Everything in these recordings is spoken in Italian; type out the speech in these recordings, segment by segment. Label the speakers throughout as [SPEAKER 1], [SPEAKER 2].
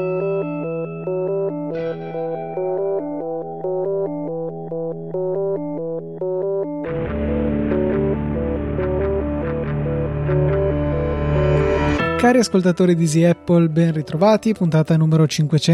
[SPEAKER 1] Cari ascoltatori di Easy Apple, ben ritrovati, puntata numero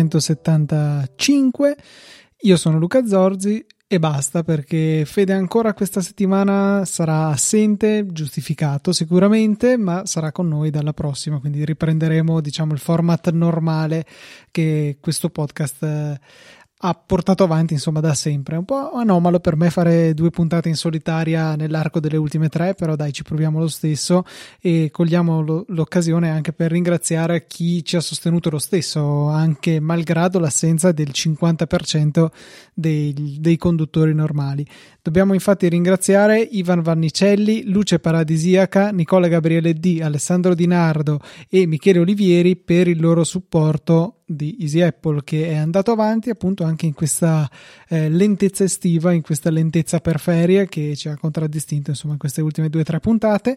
[SPEAKER 1] 575. Io sono Luca Zorzi e basta, perché Fede ancora questa settimana sarà assente, giustificato sicuramente, ma sarà con noi dalla prossima, quindi riprenderemo, diciamo, il format normale che questo podcast ha portato avanti, insomma, da sempre. È un po' anomalo per me fare 2 puntate in solitaria nell'arco delle ultime 3, però dai, ci proviamo lo stesso e cogliamo l'occasione anche per ringraziare chi ci ha sostenuto lo stesso, anche malgrado l'assenza del 50% dei conduttori normali. Dobbiamo infatti ringraziare Ivan Vannicelli, Luce Paradisiaca, Nicola Gabriele D, Alessandro Di Nardo e Michele Olivieri per il loro supporto di Easy Apple, che è andato avanti appunto anche in questa lentezza estiva, in questa lentezza per ferie che ci ha contraddistinto, insomma, in queste ultime 2 o 3 puntate.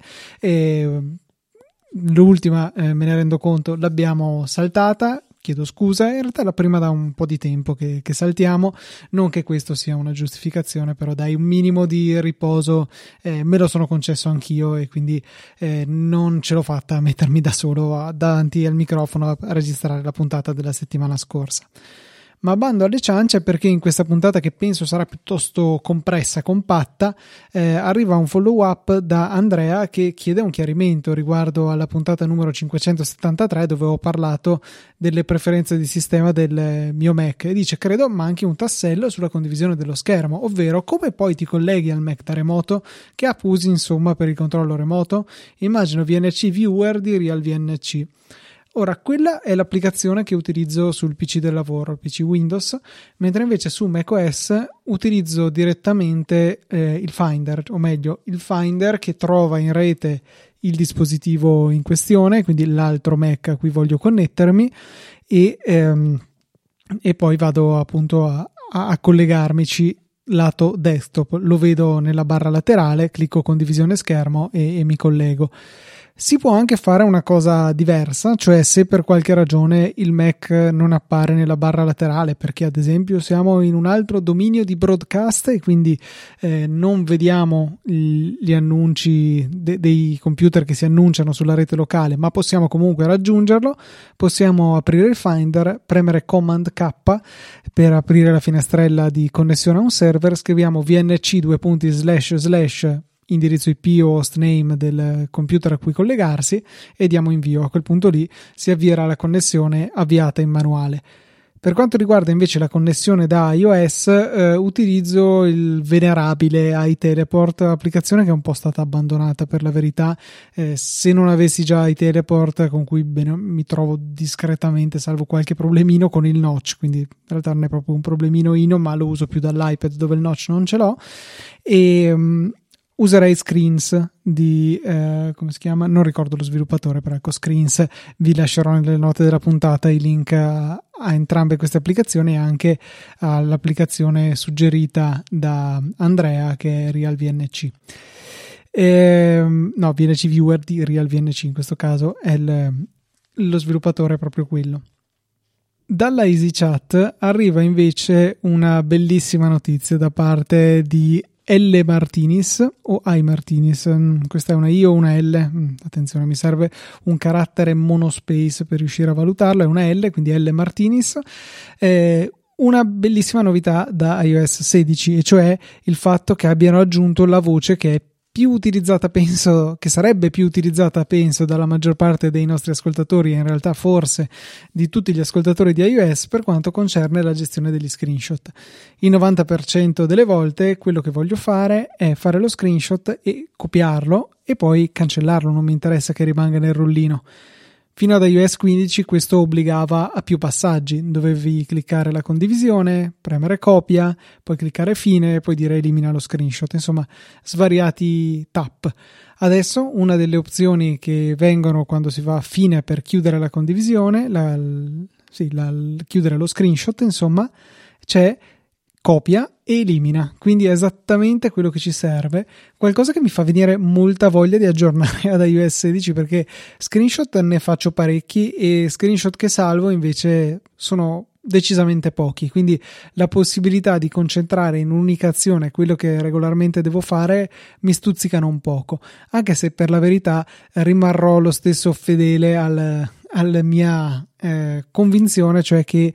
[SPEAKER 1] L'ultima, me ne rendo conto, l'abbiamo saltata, chiedo scusa, in realtà è la prima da un po' di tempo che saltiamo, non che questo sia una giustificazione, però dai, un minimo di riposo me lo sono concesso anch'io e quindi non ce l'ho fatta a mettermi da solo davanti al microfono a registrare la puntata della settimana scorsa. Ma bando alle ciance, perché in questa puntata, che penso sarà piuttosto compressa, compatta, arriva un follow up da Andrea che chiede un chiarimento riguardo alla puntata numero 573, dove ho parlato delle preferenze di sistema del mio Mac, e dice: credo manchi un tassello sulla condivisione dello schermo, ovvero come poi ti colleghi al Mac da remoto, che app usi insomma per il controllo remoto. Immagino VNC Viewer di Real VNC. Ora, quella è l'applicazione che utilizzo sul PC del lavoro, il PC Windows, mentre invece su macOS utilizzo direttamente il Finder, o meglio il Finder che trova in rete il dispositivo in questione, quindi l'altro Mac a cui voglio connettermi, e poi vado appunto a collegarmici lato desktop. Lo vedo nella barra laterale, clicco condivisione schermo e mi collego. Si può anche fare una cosa diversa, cioè se per qualche ragione il Mac non appare nella barra laterale, perché ad esempio siamo in un altro dominio di broadcast e quindi non vediamo gli annunci dei computer che si annunciano sulla rete locale, ma possiamo comunque raggiungerlo, possiamo aprire il Finder, premere Command K per aprire la finestrella di connessione a un server, scriviamo vnc:// indirizzo IP o hostname del computer a cui collegarsi e diamo invio. A quel punto lì si avvierà la connessione avviata in manuale. Per quanto riguarda invece la connessione da iOS, utilizzo il venerabile iTeleport, applicazione che è un po' stata abbandonata per la verità. Se non avessi già iTeleport, con cui mi trovo discretamente, salvo qualche problemino con il notch, quindi in realtà non è proprio un problemino, ma lo uso più dall'iPad dove il notch non ce l'ho, e userei Screens di come si chiama? Non ricordo lo sviluppatore, però ecco, Screens. Vi lascerò nelle note della puntata i link a entrambe queste applicazioni e anche all'applicazione suggerita da Andrea, che è Real VNC. No, VNC Viewer di Real VNC, in questo caso è lo sviluppatore è proprio quello. Dalla EasyChat arriva invece una bellissima notizia da parte di L Martinis o I Martinis, questa è una I o una L, attenzione, mi serve un carattere monospace per riuscire a valutarlo, è una L, quindi L Martinis. Una bellissima novità da iOS 16, e cioè il fatto che abbiano aggiunto la voce che è più utilizzata, penso, che sarebbe più utilizzata, penso, dalla maggior parte dei nostri ascoltatori, e in realtà forse di tutti gli ascoltatori di iOS, per quanto concerne la gestione degli screenshot. Il 90% delle volte quello che voglio fare è fare lo screenshot e copiarlo e poi cancellarlo, non mi interessa che rimanga nel rullino. Fino ad iOS 15 questo obbligava a più passaggi, dovevi cliccare la condivisione, premere copia, poi cliccare fine, poi dire elimina lo screenshot, insomma svariati tap. Adesso una delle opzioni che vengono quando si va a fine per chiudere la condivisione, chiudere lo screenshot, insomma, c'è copia e elimina, quindi è esattamente quello che ci serve, qualcosa che mi fa venire molta voglia di aggiornare ad iOS 16, perché screenshot ne faccio parecchi e screenshot che salvo invece sono decisamente pochi, quindi la possibilità di concentrare in un'unica azione quello che regolarmente devo fare mi stuzzicano un poco, anche se per la verità rimarrò lo stesso fedele alla mia convinzione, cioè che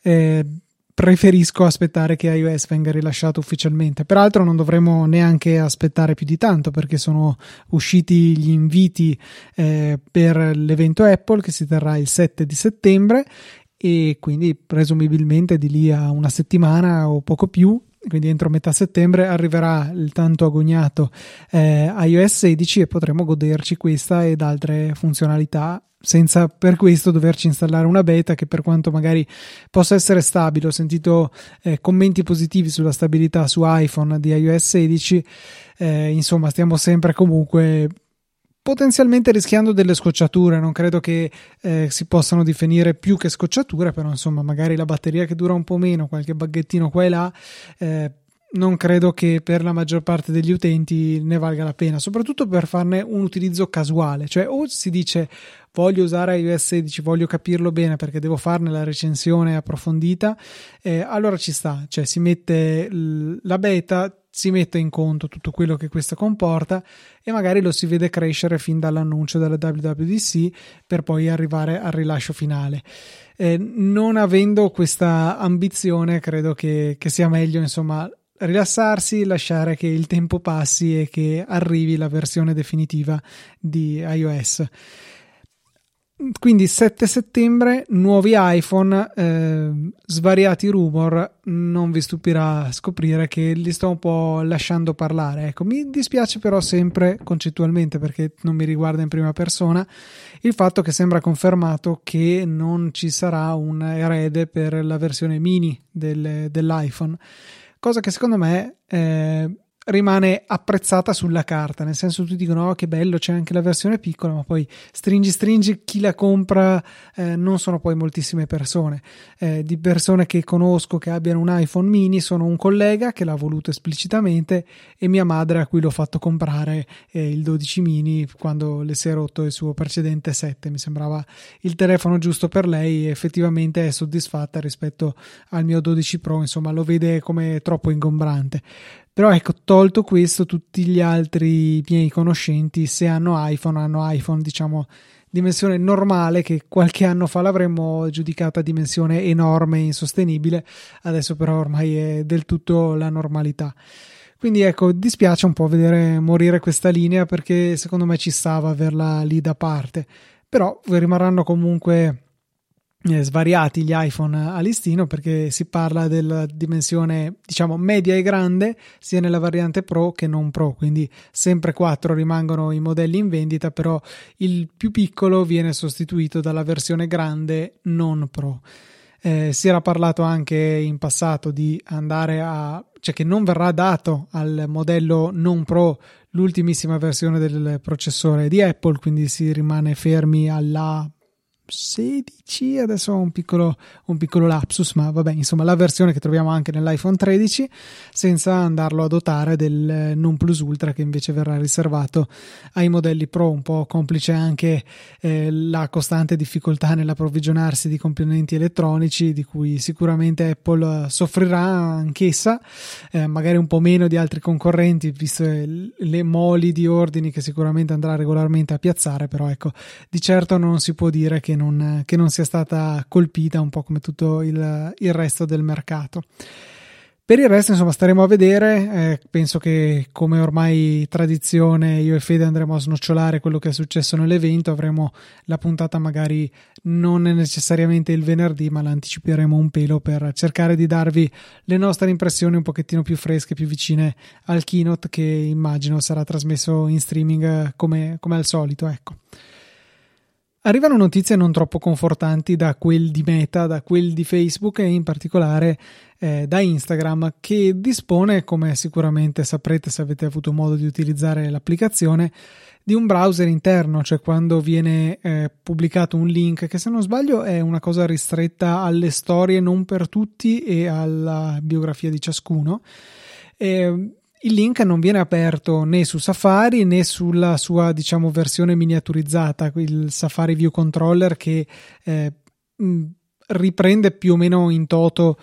[SPEAKER 1] preferisco aspettare che iOS venga rilasciato ufficialmente. Peraltro non dovremo neanche aspettare più di tanto, perché sono usciti gli inviti per l'evento Apple che si terrà il 7 di settembre e quindi presumibilmente di lì a una settimana o poco più, quindi entro metà settembre, arriverà il tanto agognato iOS 16 e potremo goderci questa ed altre funzionalità senza per questo doverci installare una beta che, per quanto magari possa essere stabile, ho sentito commenti positivi sulla stabilità su iPhone di iOS 16, insomma stiamo sempre comunque potenzialmente rischiando delle scocciature. Non credo che si possano definire più che scocciature, però insomma magari la batteria che dura un po' meno, qualche baghettino qua e là, non credo che per la maggior parte degli utenti ne valga la pena, soprattutto per farne un utilizzo casuale, cioè o si dice voglio usare iOS 16, voglio capirlo bene perché devo farne la recensione approfondita, allora ci sta, cioè si mette la beta, si mette in conto tutto quello che questo comporta e magari lo si vede crescere fin dall'annuncio della WWDC per poi arrivare al rilascio finale. Non avendo questa ambizione, credo che sia meglio insomma rilassarsi, lasciare che il tempo passi e che arrivi la versione definitiva di iOS. Quindi 7 settembre, nuovi iPhone, svariati rumor, non vi stupirà scoprire che li sto un po' lasciando parlare. Ecco, mi dispiace però sempre concettualmente, perché non mi riguarda in prima persona, il fatto che sembra confermato che non ci sarà un erede per la versione mini dell'iPhone, cosa che secondo me rimane apprezzata sulla carta, nel senso tutti dicono oh, che bello, c'è anche la versione piccola, ma poi stringi chi la compra, non sono poi moltissime persone. Di persone che conosco che abbiano un iPhone mini sono un collega che l'ha voluto esplicitamente e mia madre a cui l'ho fatto comprare il 12 mini quando le si è rotto il suo precedente 7. Mi sembrava il telefono giusto per lei e effettivamente è soddisfatta rispetto al mio 12 Pro, insomma lo vede come troppo ingombrante. Però ecco, tolto questo, tutti gli altri miei conoscenti, se hanno iPhone diciamo dimensione normale, che qualche anno fa l'avremmo giudicata dimensione enorme e insostenibile, adesso però ormai è del tutto la normalità. Quindi ecco, dispiace un po' vedere morire questa linea, perché secondo me ci stava averla lì da parte, però rimarranno comunque svariati gli iPhone a listino, perché si parla della dimensione diciamo media e grande sia nella variante Pro che non Pro, quindi sempre 4 rimangono i modelli in vendita, però il più piccolo viene sostituito dalla versione grande non Pro. Si era parlato anche in passato di cioè che non verrà dato al modello non Pro l'ultimissima versione del processore di Apple, quindi si rimane fermi alla 16, adesso ho un piccolo lapsus, ma vabbè, insomma la versione che troviamo anche nell'iPhone 13, senza andarlo a dotare del non plus ultra che invece verrà riservato ai modelli Pro, un po' complice anche la costante difficoltà nell'approvvigionarsi di componenti elettronici, di cui sicuramente Apple soffrirà anch'essa, magari un po' meno di altri concorrenti visto le moli di ordini che sicuramente andrà regolarmente a piazzare, però ecco, di certo non si può dire che non sia stata colpita un po' come tutto il resto del mercato. Per il resto insomma staremo a vedere, penso che come ormai tradizione io e Fede andremo a snocciolare quello che è successo nell'evento, avremo la puntata magari non necessariamente il venerdì, ma l'anticiperemo un pelo per cercare di darvi le nostre impressioni un pochettino più fresche, più vicine al keynote, che immagino sarà trasmesso in streaming come al solito, ecco. Arrivano notizie non troppo confortanti da quel di Meta, da quel di Facebook e in particolare da Instagram, che dispone, come sicuramente saprete se avete avuto modo di utilizzare l'applicazione, di un browser interno, cioè quando viene pubblicato un link, che se non sbaglio è una cosa ristretta alle storie, non per tutti, e alla biografia di ciascuno. Il link non viene aperto né su Safari né sulla sua, diciamo, versione miniaturizzata, il Safari View Controller, che riprende più o meno in toto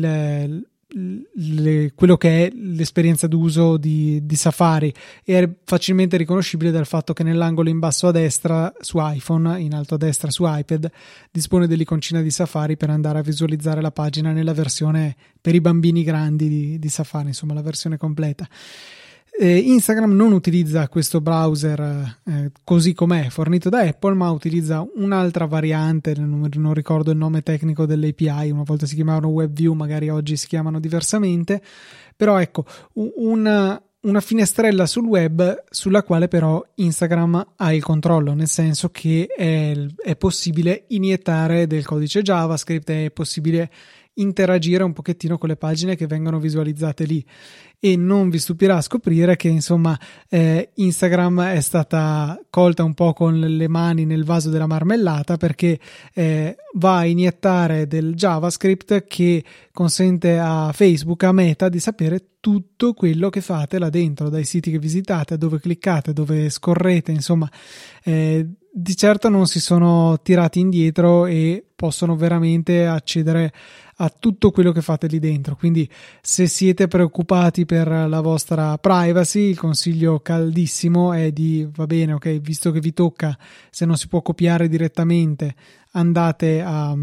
[SPEAKER 1] quello che è l'esperienza d'uso di Safari, e è facilmente riconoscibile dal fatto che nell'angolo in basso a destra su iPhone, in alto a destra su iPad, dispone dell'iconcina di Safari per andare a visualizzare la pagina nella versione per i bambini grandi di Safari, insomma la versione completa. Instagram non utilizza questo browser così com'è fornito da Apple, ma utilizza un'altra variante, non ricordo il nome tecnico dell'API, una volta si chiamavano WebView, magari oggi si chiamano diversamente, però ecco, una finestrella sul web sulla quale però Instagram ha il controllo, nel senso che è possibile iniettare del codice JavaScript, è possibile interagire un pochettino con le pagine che vengono visualizzate lì, e non vi stupirà scoprire che insomma Instagram è stata colta un po' con le mani nel vaso della marmellata, perché va a iniettare del JavaScript che consente a Facebook, a Meta, di sapere tutto quello che fate là dentro, dai siti che visitate, a dove cliccate, dove scorrete, insomma di certo non si sono tirati indietro e possono veramente accedere a tutto quello che fate lì dentro. Quindi se siete preoccupati per la vostra privacy, il consiglio caldissimo è di, va bene, ok, visto che vi tocca, se non si può copiare direttamente, andate a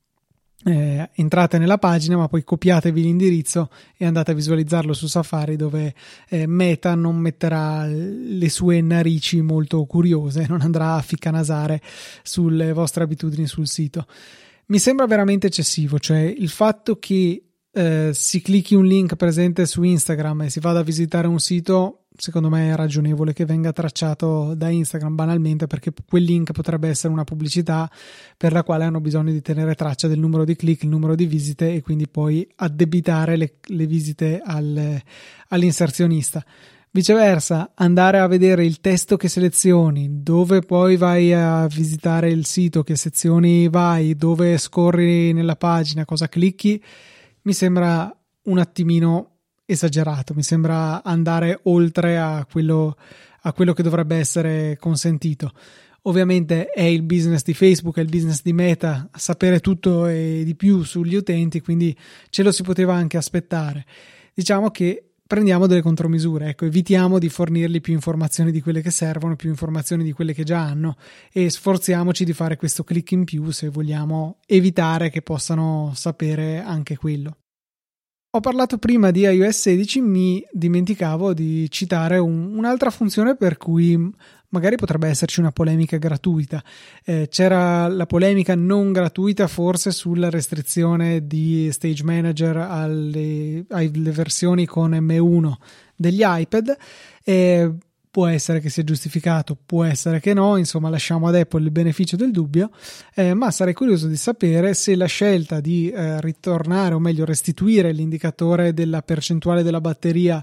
[SPEAKER 1] entrate nella pagina, ma poi copiatevi l'indirizzo e andate a visualizzarlo su Safari, dove Meta non metterà le sue narici molto curiose, non andrà a ficcanasare sulle vostre abitudini sul sito. Mi sembra veramente eccessivo, cioè il fatto che si clicchi un link presente su Instagram e si vada a visitare un sito, secondo me è ragionevole che venga tracciato da Instagram, banalmente perché quel link potrebbe essere una pubblicità per la quale hanno bisogno di tenere traccia del numero di click, il numero di visite, e quindi poi addebitare le visite all'inserzionista. Viceversa, andare a vedere il testo che selezioni, dove poi vai a visitare il sito, che sezioni vai, dove scorri nella pagina, cosa clicchi, mi sembra un attimino esagerato, mi sembra andare oltre a quello che dovrebbe essere consentito. Ovviamente è il business di Facebook, è il business di Meta sapere tutto e di più sugli utenti, quindi ce lo si poteva anche aspettare. Diciamo che prendiamo delle contromisure, ecco, evitiamo di fornirgli più informazioni di quelle che servono, più informazioni di quelle che già hanno, e sforziamoci di fare questo click in più se vogliamo evitare che possano sapere anche quello. Ho parlato prima di iOS 16, mi dimenticavo di citare un'altra funzione per cui magari potrebbe esserci una polemica gratuita. C'era la polemica non gratuita forse sulla restrizione di Stage Manager alle versioni con M1 degli iPad. Può essere che sia giustificato, può essere che no, insomma lasciamo ad Apple il beneficio del dubbio, ma sarei curioso di sapere se la scelta di ritornare, o meglio restituire l'indicatore della percentuale della batteria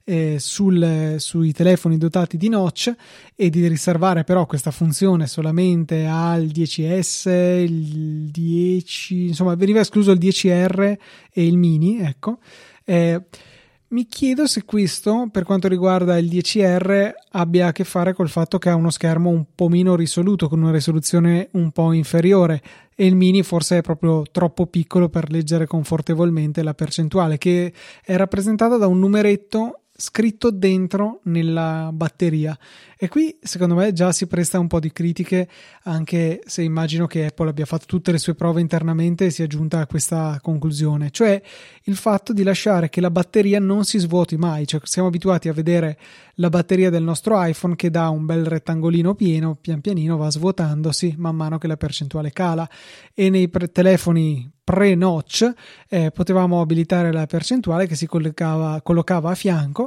[SPEAKER 1] sui telefoni dotati di notch, e di riservare però questa funzione solamente al 10S, il 10, insomma veniva escluso il 10R e il mini, ecco. Mi chiedo se questo, per quanto riguarda il 10R, abbia a che fare col fatto che ha uno schermo un po' meno risoluto, con una risoluzione un po' inferiore, e il mini forse è proprio troppo piccolo per leggere confortevolmente la percentuale, che è rappresentata da un numeretto scritto dentro nella batteria. E qui secondo me già si presta un po' di critiche, anche se immagino che Apple abbia fatto tutte le sue prove internamente e sia giunta a questa conclusione, cioè il fatto di lasciare che la batteria non si svuoti mai. Cioè, siamo abituati a vedere la batteria del nostro iPhone che dà un bel rettangolino pieno, pian pianino va svuotandosi man mano che la percentuale cala, e nei telefoni pre-notch potevamo abilitare la percentuale che si collocava a fianco,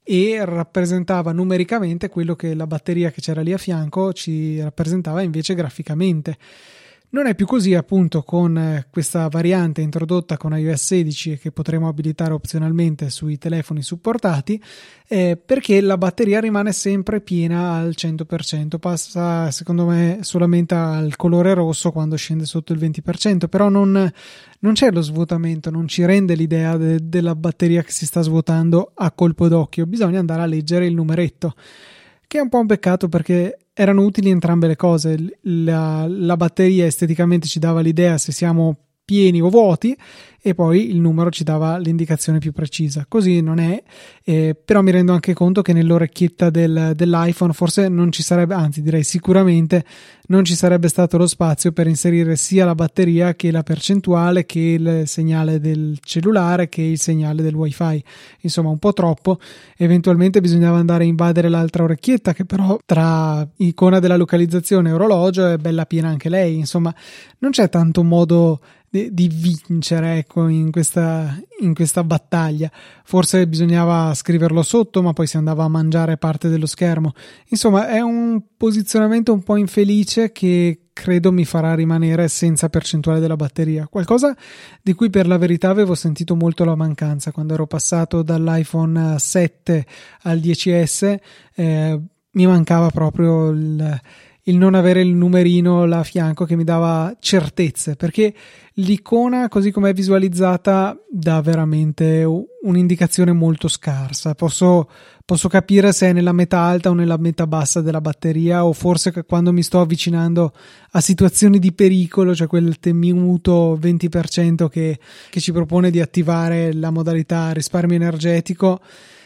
[SPEAKER 1] e rappresentava numericamente quello che la batteria che c'era lì a fianco ci rappresentava invece graficamente. Non è più così appunto con questa variante introdotta con iOS 16 e che potremo abilitare opzionalmente sui telefoni supportati, perché la batteria rimane sempre piena al 100%, passa secondo me solamente al colore rosso quando scende sotto il 20%, però non c'è lo svuotamento, non ci rende l'idea della batteria che si sta svuotando a colpo d'occhio, bisogna andare a leggere il numeretto, che è un po' un peccato perché erano utili entrambe le cose. La batteria esteticamente ci dava l'idea se siamo pieni o vuoti e poi il numero ci dava l'indicazione più precisa. Così non è, però mi rendo anche conto che nell'orecchietta dell'iPhone forse non ci sarebbe, anzi direi sicuramente non ci sarebbe stato lo spazio per inserire sia la batteria che la percentuale, che il segnale del cellulare, che il segnale del wifi. Insomma, un po' troppo. Eventualmente bisognava andare a invadere l'altra orecchietta, che però tra icona della localizzazione e orologio è bella piena anche lei. Insomma, non c'è tanto modo di vincere, ecco, in questa battaglia. Forse bisognava scriverlo sotto, ma poi si andava a mangiare parte dello schermo. Insomma, è un posizionamento un po' infelice che credo mi farà rimanere senza percentuale della batteria, qualcosa di cui per la verità avevo sentito molto la mancanza quando ero passato dall'iPhone 7 al 10S. Mi mancava proprio il non avere il numerino là a fianco che mi dava certezze, perché l'icona così come è visualizzata dà veramente un'indicazione molto scarsa. Posso capire se è nella metà alta o nella metà bassa della batteria, o forse quando mi sto avvicinando a situazioni di pericolo, cioè quel temuto 20% che ci propone di attivare la modalità risparmio energetico.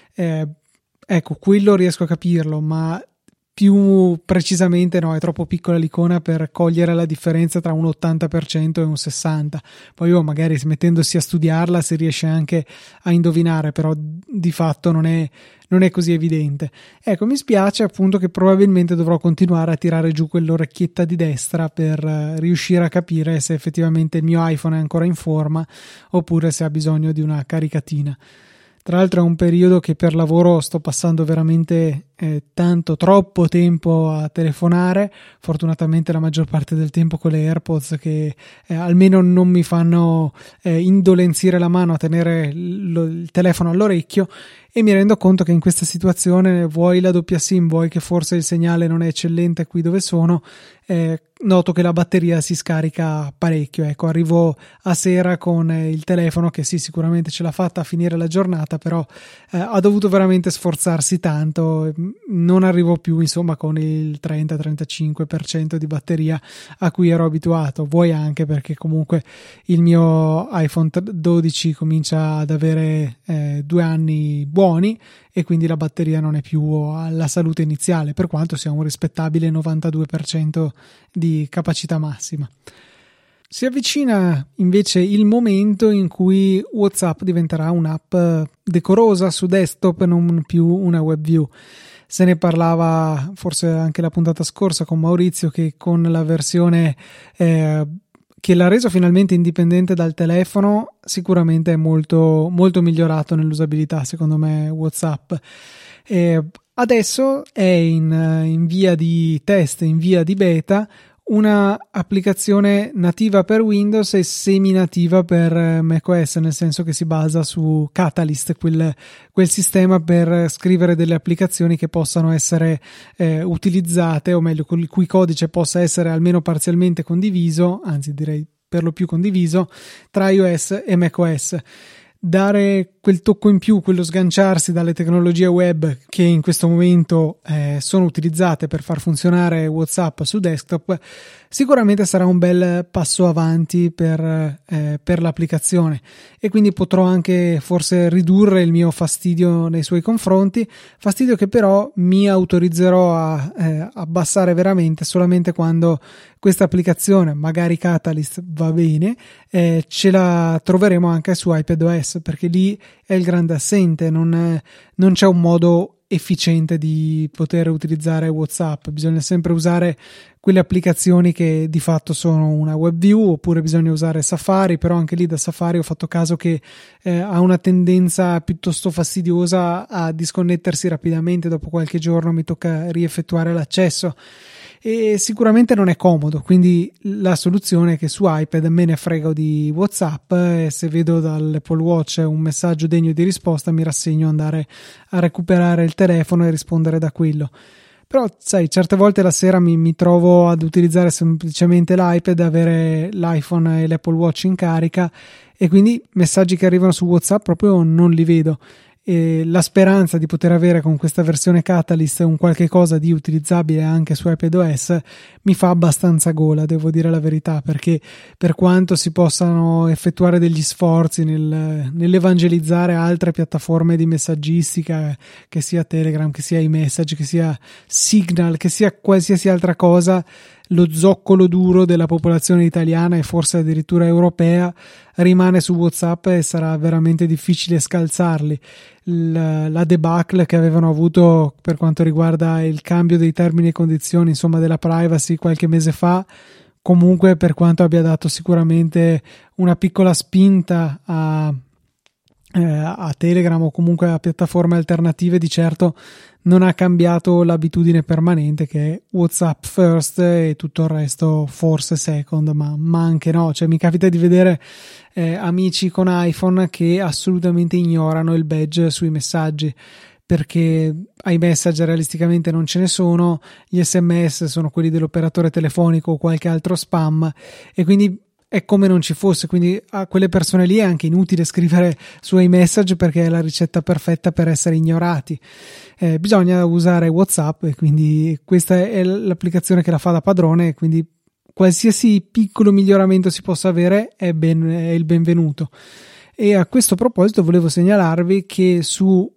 [SPEAKER 1] Ecco, quello riesco a capirlo, ma più precisamente no, è troppo piccola l'icona per cogliere la differenza tra un 80% e un 60%. Poi magari mettendosi a studiarla si riesce anche a indovinare, però di fatto non è così evidente. Ecco, mi spiace appunto che probabilmente dovrò continuare a tirare giù quell'orecchietta di destra per riuscire a capire se effettivamente il mio iPhone è ancora in forma oppure se ha bisogno di una caricatina. Tra l'altro è un periodo che per lavoro sto passando veramente troppo tempo a telefonare, fortunatamente la maggior parte del tempo con le AirPods che almeno non mi fanno indolenzire la mano a tenere il telefono all'orecchio, e mi rendo conto che in questa situazione, vuoi la doppia SIM, vuoi che forse il segnale non è eccellente qui dove sono, noto che la batteria si scarica parecchio. Ecco, arrivo a sera con il telefono che sì, sicuramente ce l'ha fatta a finire la giornata, però ha dovuto veramente sforzarsi tanto, non arrivo più insomma con il 30-35% di batteria a cui ero abituato. Vuoi anche perché comunque il mio iPhone 12 comincia ad avere 2 anni buoni e quindi la batteria non è più alla salute iniziale, per quanto sia un rispettabile 92% di capacità massima. Si avvicina invece il momento in cui WhatsApp diventerà un'app decorosa su desktop e non più una web view. Se ne parlava forse anche la puntata scorsa con Maurizio, che con la versione che l'ha reso finalmente indipendente dal telefono sicuramente è molto, molto migliorato nell'usabilità, secondo me, WhatsApp. Adesso è in via di test, in via di beta, una applicazione nativa per Windows e semi-nativa per macOS, nel senso che si basa su Catalyst, quel sistema per scrivere delle applicazioni che possano essere utilizzate, o meglio, con il cui codice possa essere almeno parzialmente condiviso, anzi direi per lo più condiviso, tra iOS e macOS. Dare quel tocco in più, quello sganciarsi dalle tecnologie web che in questo momento sono utilizzate per far funzionare WhatsApp su desktop, sicuramente sarà un bel passo avanti per l'applicazione, e quindi potrò anche forse ridurre il mio fastidio nei suoi confronti, fastidio che però mi autorizzerò a abbassare veramente solamente quando questa applicazione, magari Catalyst va bene, ce la troveremo anche su iPadOS, perché lì è il grande assente, non c'è un modo efficiente di poter utilizzare WhatsApp, bisogna sempre usare quelle applicazioni che di fatto sono una web view, oppure bisogna usare Safari, però anche lì da Safari ho fatto caso che ha una tendenza piuttosto fastidiosa a disconnettersi rapidamente. Dopo qualche giorno mi tocca rieffettuare l'accesso e sicuramente non è comodo, quindi la soluzione è che su iPad me ne frego di WhatsApp, e se vedo dall'Apple Watch un messaggio degno di risposta mi rassegno ad andare a recuperare il telefono e rispondere da quello. Però sai, certe volte la sera mi trovo ad utilizzare semplicemente l'iPad, avere l'iPhone e l'Apple Watch in carica, e quindi messaggi che arrivano su WhatsApp proprio non li vedo. E la speranza di poter avere con questa versione Catalyst un qualche cosa di utilizzabile anche su iPadOS mi fa abbastanza gola, devo dire la verità, perché per quanto si possano effettuare degli sforzi nell'evangelizzare altre piattaforme di messaggistica, che sia Telegram, che sia iMessage, che sia Signal, che sia qualsiasi altra cosa, lo zoccolo duro della popolazione italiana e forse addirittura europea rimane su WhatsApp e sarà veramente difficile scalzarli. La debacle che avevano avuto per quanto riguarda il cambio dei termini e condizioni, insomma, della privacy qualche mese fa, comunque, per quanto abbia dato sicuramente una piccola spinta a Telegram o comunque a piattaforme alternative, di certo non ha cambiato l'abitudine permanente che è WhatsApp first e tutto il resto forse second, ma anche no. Cioè, mi capita di vedere amici con iPhone che assolutamente ignorano il badge sui messaggi, perché ai message realisticamente non ce ne sono, gli SMS sono quelli dell'operatore telefonico o qualche altro spam, e quindi è come non ci fosse. Quindi a quelle persone lì è anche inutile scrivere su iMessage, perché è la ricetta perfetta per essere ignorati. Bisogna usare WhatsApp, e quindi questa è l'applicazione che la fa da padrone, quindi qualsiasi piccolo miglioramento si possa avere è il benvenuto. E a questo proposito volevo segnalarvi che su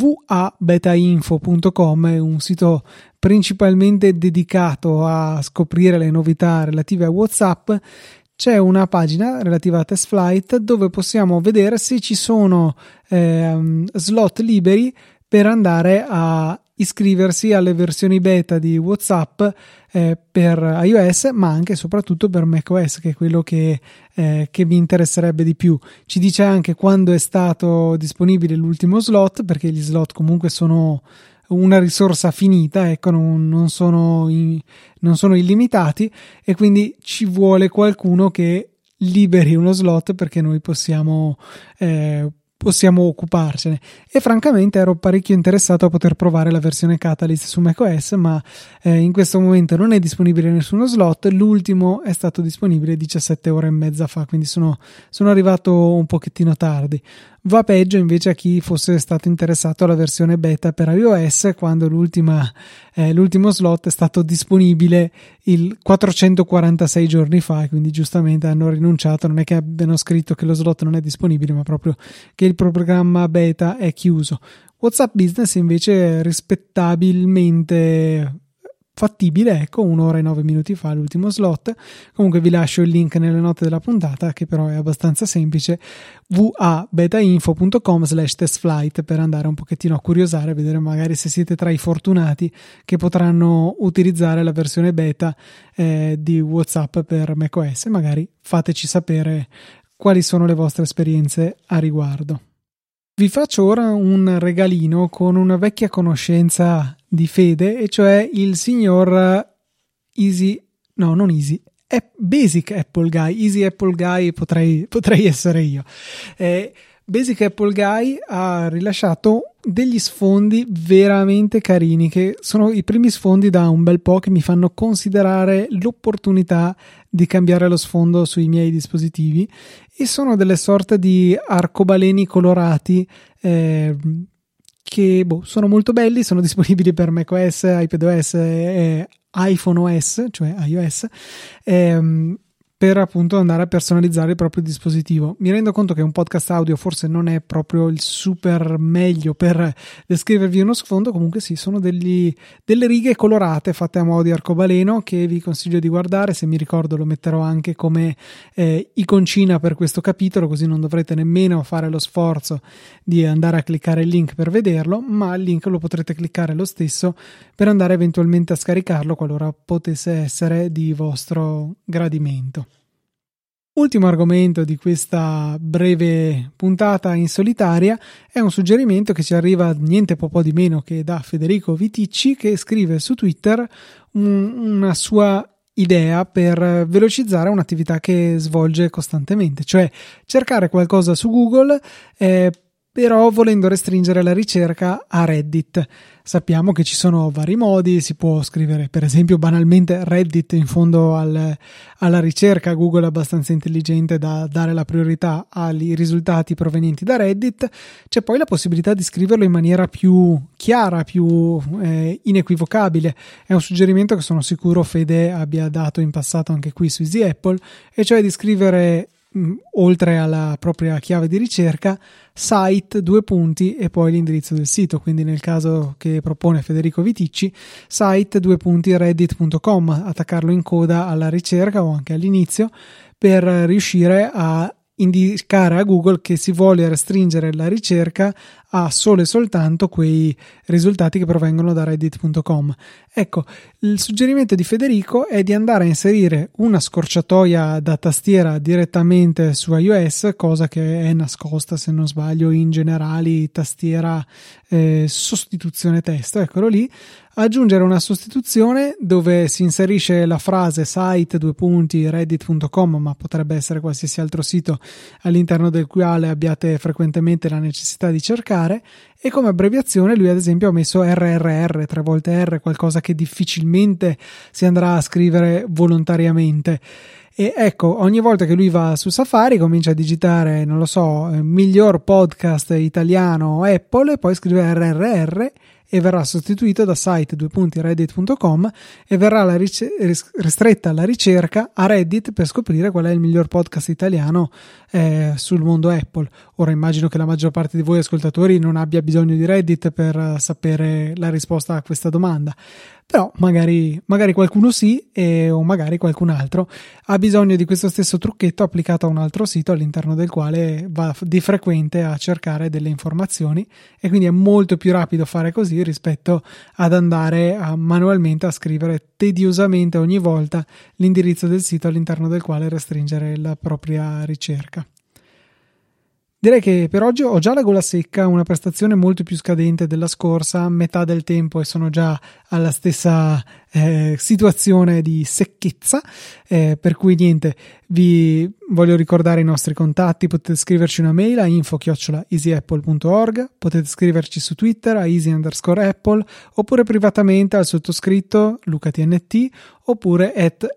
[SPEAKER 1] vabetainfo.com, è un sito principalmente dedicato a scoprire le novità relative a WhatsApp, c'è una pagina relativa a TestFlight dove possiamo vedere se ci sono slot liberi per andare a iscriversi alle versioni beta di WhatsApp per iOS, ma anche e soprattutto per macOS, che è quello che mi interesserebbe di più. Ci dice anche quando è stato disponibile l'ultimo slot, perché gli slot comunque sono una risorsa finita, ecco, non sono illimitati, e quindi ci vuole qualcuno che liberi uno slot perché noi possiamo occuparcene. E francamente ero parecchio interessato a poter provare la versione Catalyst su macOS, ma in questo momento non è disponibile nessuno slot. L'ultimo è stato disponibile 17 ore e mezza fa, quindi sono arrivato un pochettino tardi. Va peggio invece a chi fosse stato interessato alla versione beta per iOS, quando l'ultimo slot è stato disponibile il 446 giorni fa, quindi giustamente hanno rinunciato. Non è che abbiano scritto che lo slot non è disponibile, ma proprio che il programma beta è chiuso. WhatsApp Business invece è rispettabilmente fattibile, ecco, 1 ora e 9 minuti fa l'ultimo slot. Comunque vi lascio il link nelle note della puntata, che però è abbastanza semplice: vabetainfo.com/testflight, per andare un pochettino a curiosare, vedere magari se siete tra i fortunati che potranno utilizzare la versione beta di WhatsApp per macOS. Magari fateci sapere quali sono le vostre esperienze a riguardo. Vi faccio ora un regalino con una vecchia conoscenza di Fede, e cioè il signor Basic Apple Guy. Easy Apple Guy potrei essere io. Basic Apple Guy ha rilasciato degli sfondi veramente carini, che sono i primi sfondi da un bel po', che mi fanno considerare l'opportunità di cambiare lo sfondo sui miei dispositivi, e sono delle sorte di arcobaleni colorati che sono molto belli. Sono disponibili per macOS, iPadOS e iPhoneOS, cioè iOS. per appunto andare a personalizzare il proprio dispositivo. Mi rendo conto che un podcast audio forse non è proprio il super meglio per descrivervi uno sfondo, comunque sì, sono delle righe colorate fatte a mo' di arcobaleno che vi consiglio di guardare. Se mi ricordo lo metterò anche come iconcina per questo capitolo, così non dovrete nemmeno fare lo sforzo di andare a cliccare il link per vederlo, ma il link lo potrete cliccare lo stesso per andare eventualmente a scaricarlo qualora potesse essere di vostro gradimento. Ultimo argomento di questa breve puntata in solitaria è un suggerimento che ci arriva niente po' di meno che da Federico Viticci, che scrive su Twitter una sua idea per velocizzare un'attività che svolge costantemente, cioè cercare qualcosa su Google però volendo restringere la ricerca a Reddit. Sappiamo che ci sono vari modi, si può scrivere per esempio banalmente Reddit in fondo alla ricerca. Google è abbastanza intelligente da dare la priorità ai risultati provenienti da Reddit. C'è poi la possibilità di scriverlo in maniera più chiara, più inequivocabile. È un suggerimento che sono sicuro Fede abbia dato in passato anche qui su Easy Apple, e cioè di scrivere oltre alla propria chiave di ricerca site e poi l'indirizzo del sito. Quindi nel caso che propone Federico Viticci, site reddit.com, attaccarlo in coda alla ricerca o anche all'inizio per riuscire a indicare a Google che si vuole restringere la ricerca a solo e soltanto quei risultati che provengono da reddit.com. Ecco, il suggerimento di Federico è di andare a inserire una scorciatoia da tastiera direttamente su iOS, cosa che è nascosta, se non sbaglio, in generali tastiera sostituzione testo. Eccolo lì. Aggiungere una sostituzione dove si inserisce la frase site reddit.com, ma potrebbe essere qualsiasi altro sito all'interno del quale abbiate frequentemente la necessità di cercare, e come abbreviazione lui ad esempio ha messo RRR, 3 volte R, qualcosa che difficilmente si andrà a scrivere volontariamente. E ecco, ogni volta che lui va su Safari comincia a digitare, non lo so, miglior podcast italiano Apple, e poi scrive RRR e verrà sostituito da site reddit.com e verrà ristretta la ricerca a Reddit per scoprire qual è il miglior podcast italiano sul mondo Apple. Ora immagino che la maggior parte di voi ascoltatori non abbia bisogno di Reddit per sapere la risposta a questa domanda, però magari qualcuno sì, o magari qualcun altro ha bisogno di questo stesso trucchetto applicato a un altro sito all'interno del quale va di frequente a cercare delle informazioni, e quindi è molto più rapido fare così rispetto ad andare manualmente a scrivere tediosamente ogni volta l'indirizzo del sito all'interno del quale restringere la propria ricerca. Direi che per oggi ho già la gola secca, una prestazione molto più scadente della scorsa, metà del tempo, e sono già alla stessa situazione di secchezza, per cui niente, vi voglio ricordare i nostri contatti. Potete scriverci una mail a info@easyapple.org, potete scriverci su Twitter a easy_apple, oppure privatamente al sottoscritto LucaTNT, oppure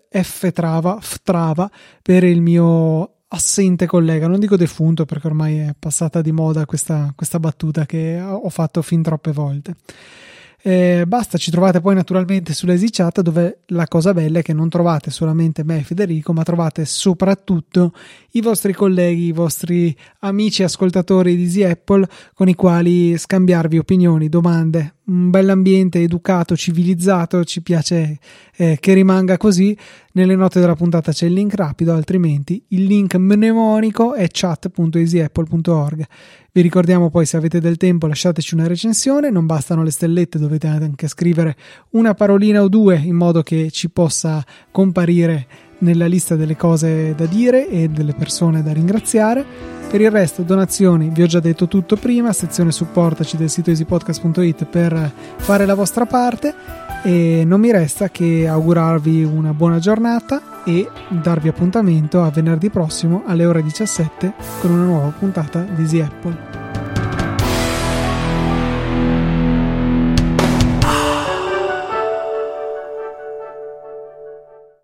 [SPEAKER 1] @ftrava per il mio assente collega, non dico defunto perché ormai è passata di moda questa battuta che ho fatto fin troppe volte. Basta, ci trovate poi naturalmente sull'EasyChat, dove la cosa bella è che non trovate solamente me e Federico, ma trovate soprattutto i vostri colleghi, i vostri amici ascoltatori di Easy Apple, con i quali scambiarvi opinioni, domande. Un bell'ambiente educato, civilizzato, ci piace che rimanga così. Nelle note della puntata c'è il link rapido, altrimenti il link mnemonico è chat.easyapple.org. Vi ricordiamo poi, se avete del tempo, lasciateci una recensione, non bastano le stellette, dovete anche scrivere una parolina o due in modo che ci possa comparire nella lista delle cose da dire e delle persone da ringraziare. Per il resto, donazioni, vi ho già detto tutto prima, sezione supportaci del sito easypodcast.it per fare la vostra parte, e non mi resta che augurarvi una buona giornata e darvi appuntamento a venerdì prossimo alle ore 17 con una nuova puntata di Easy Apple.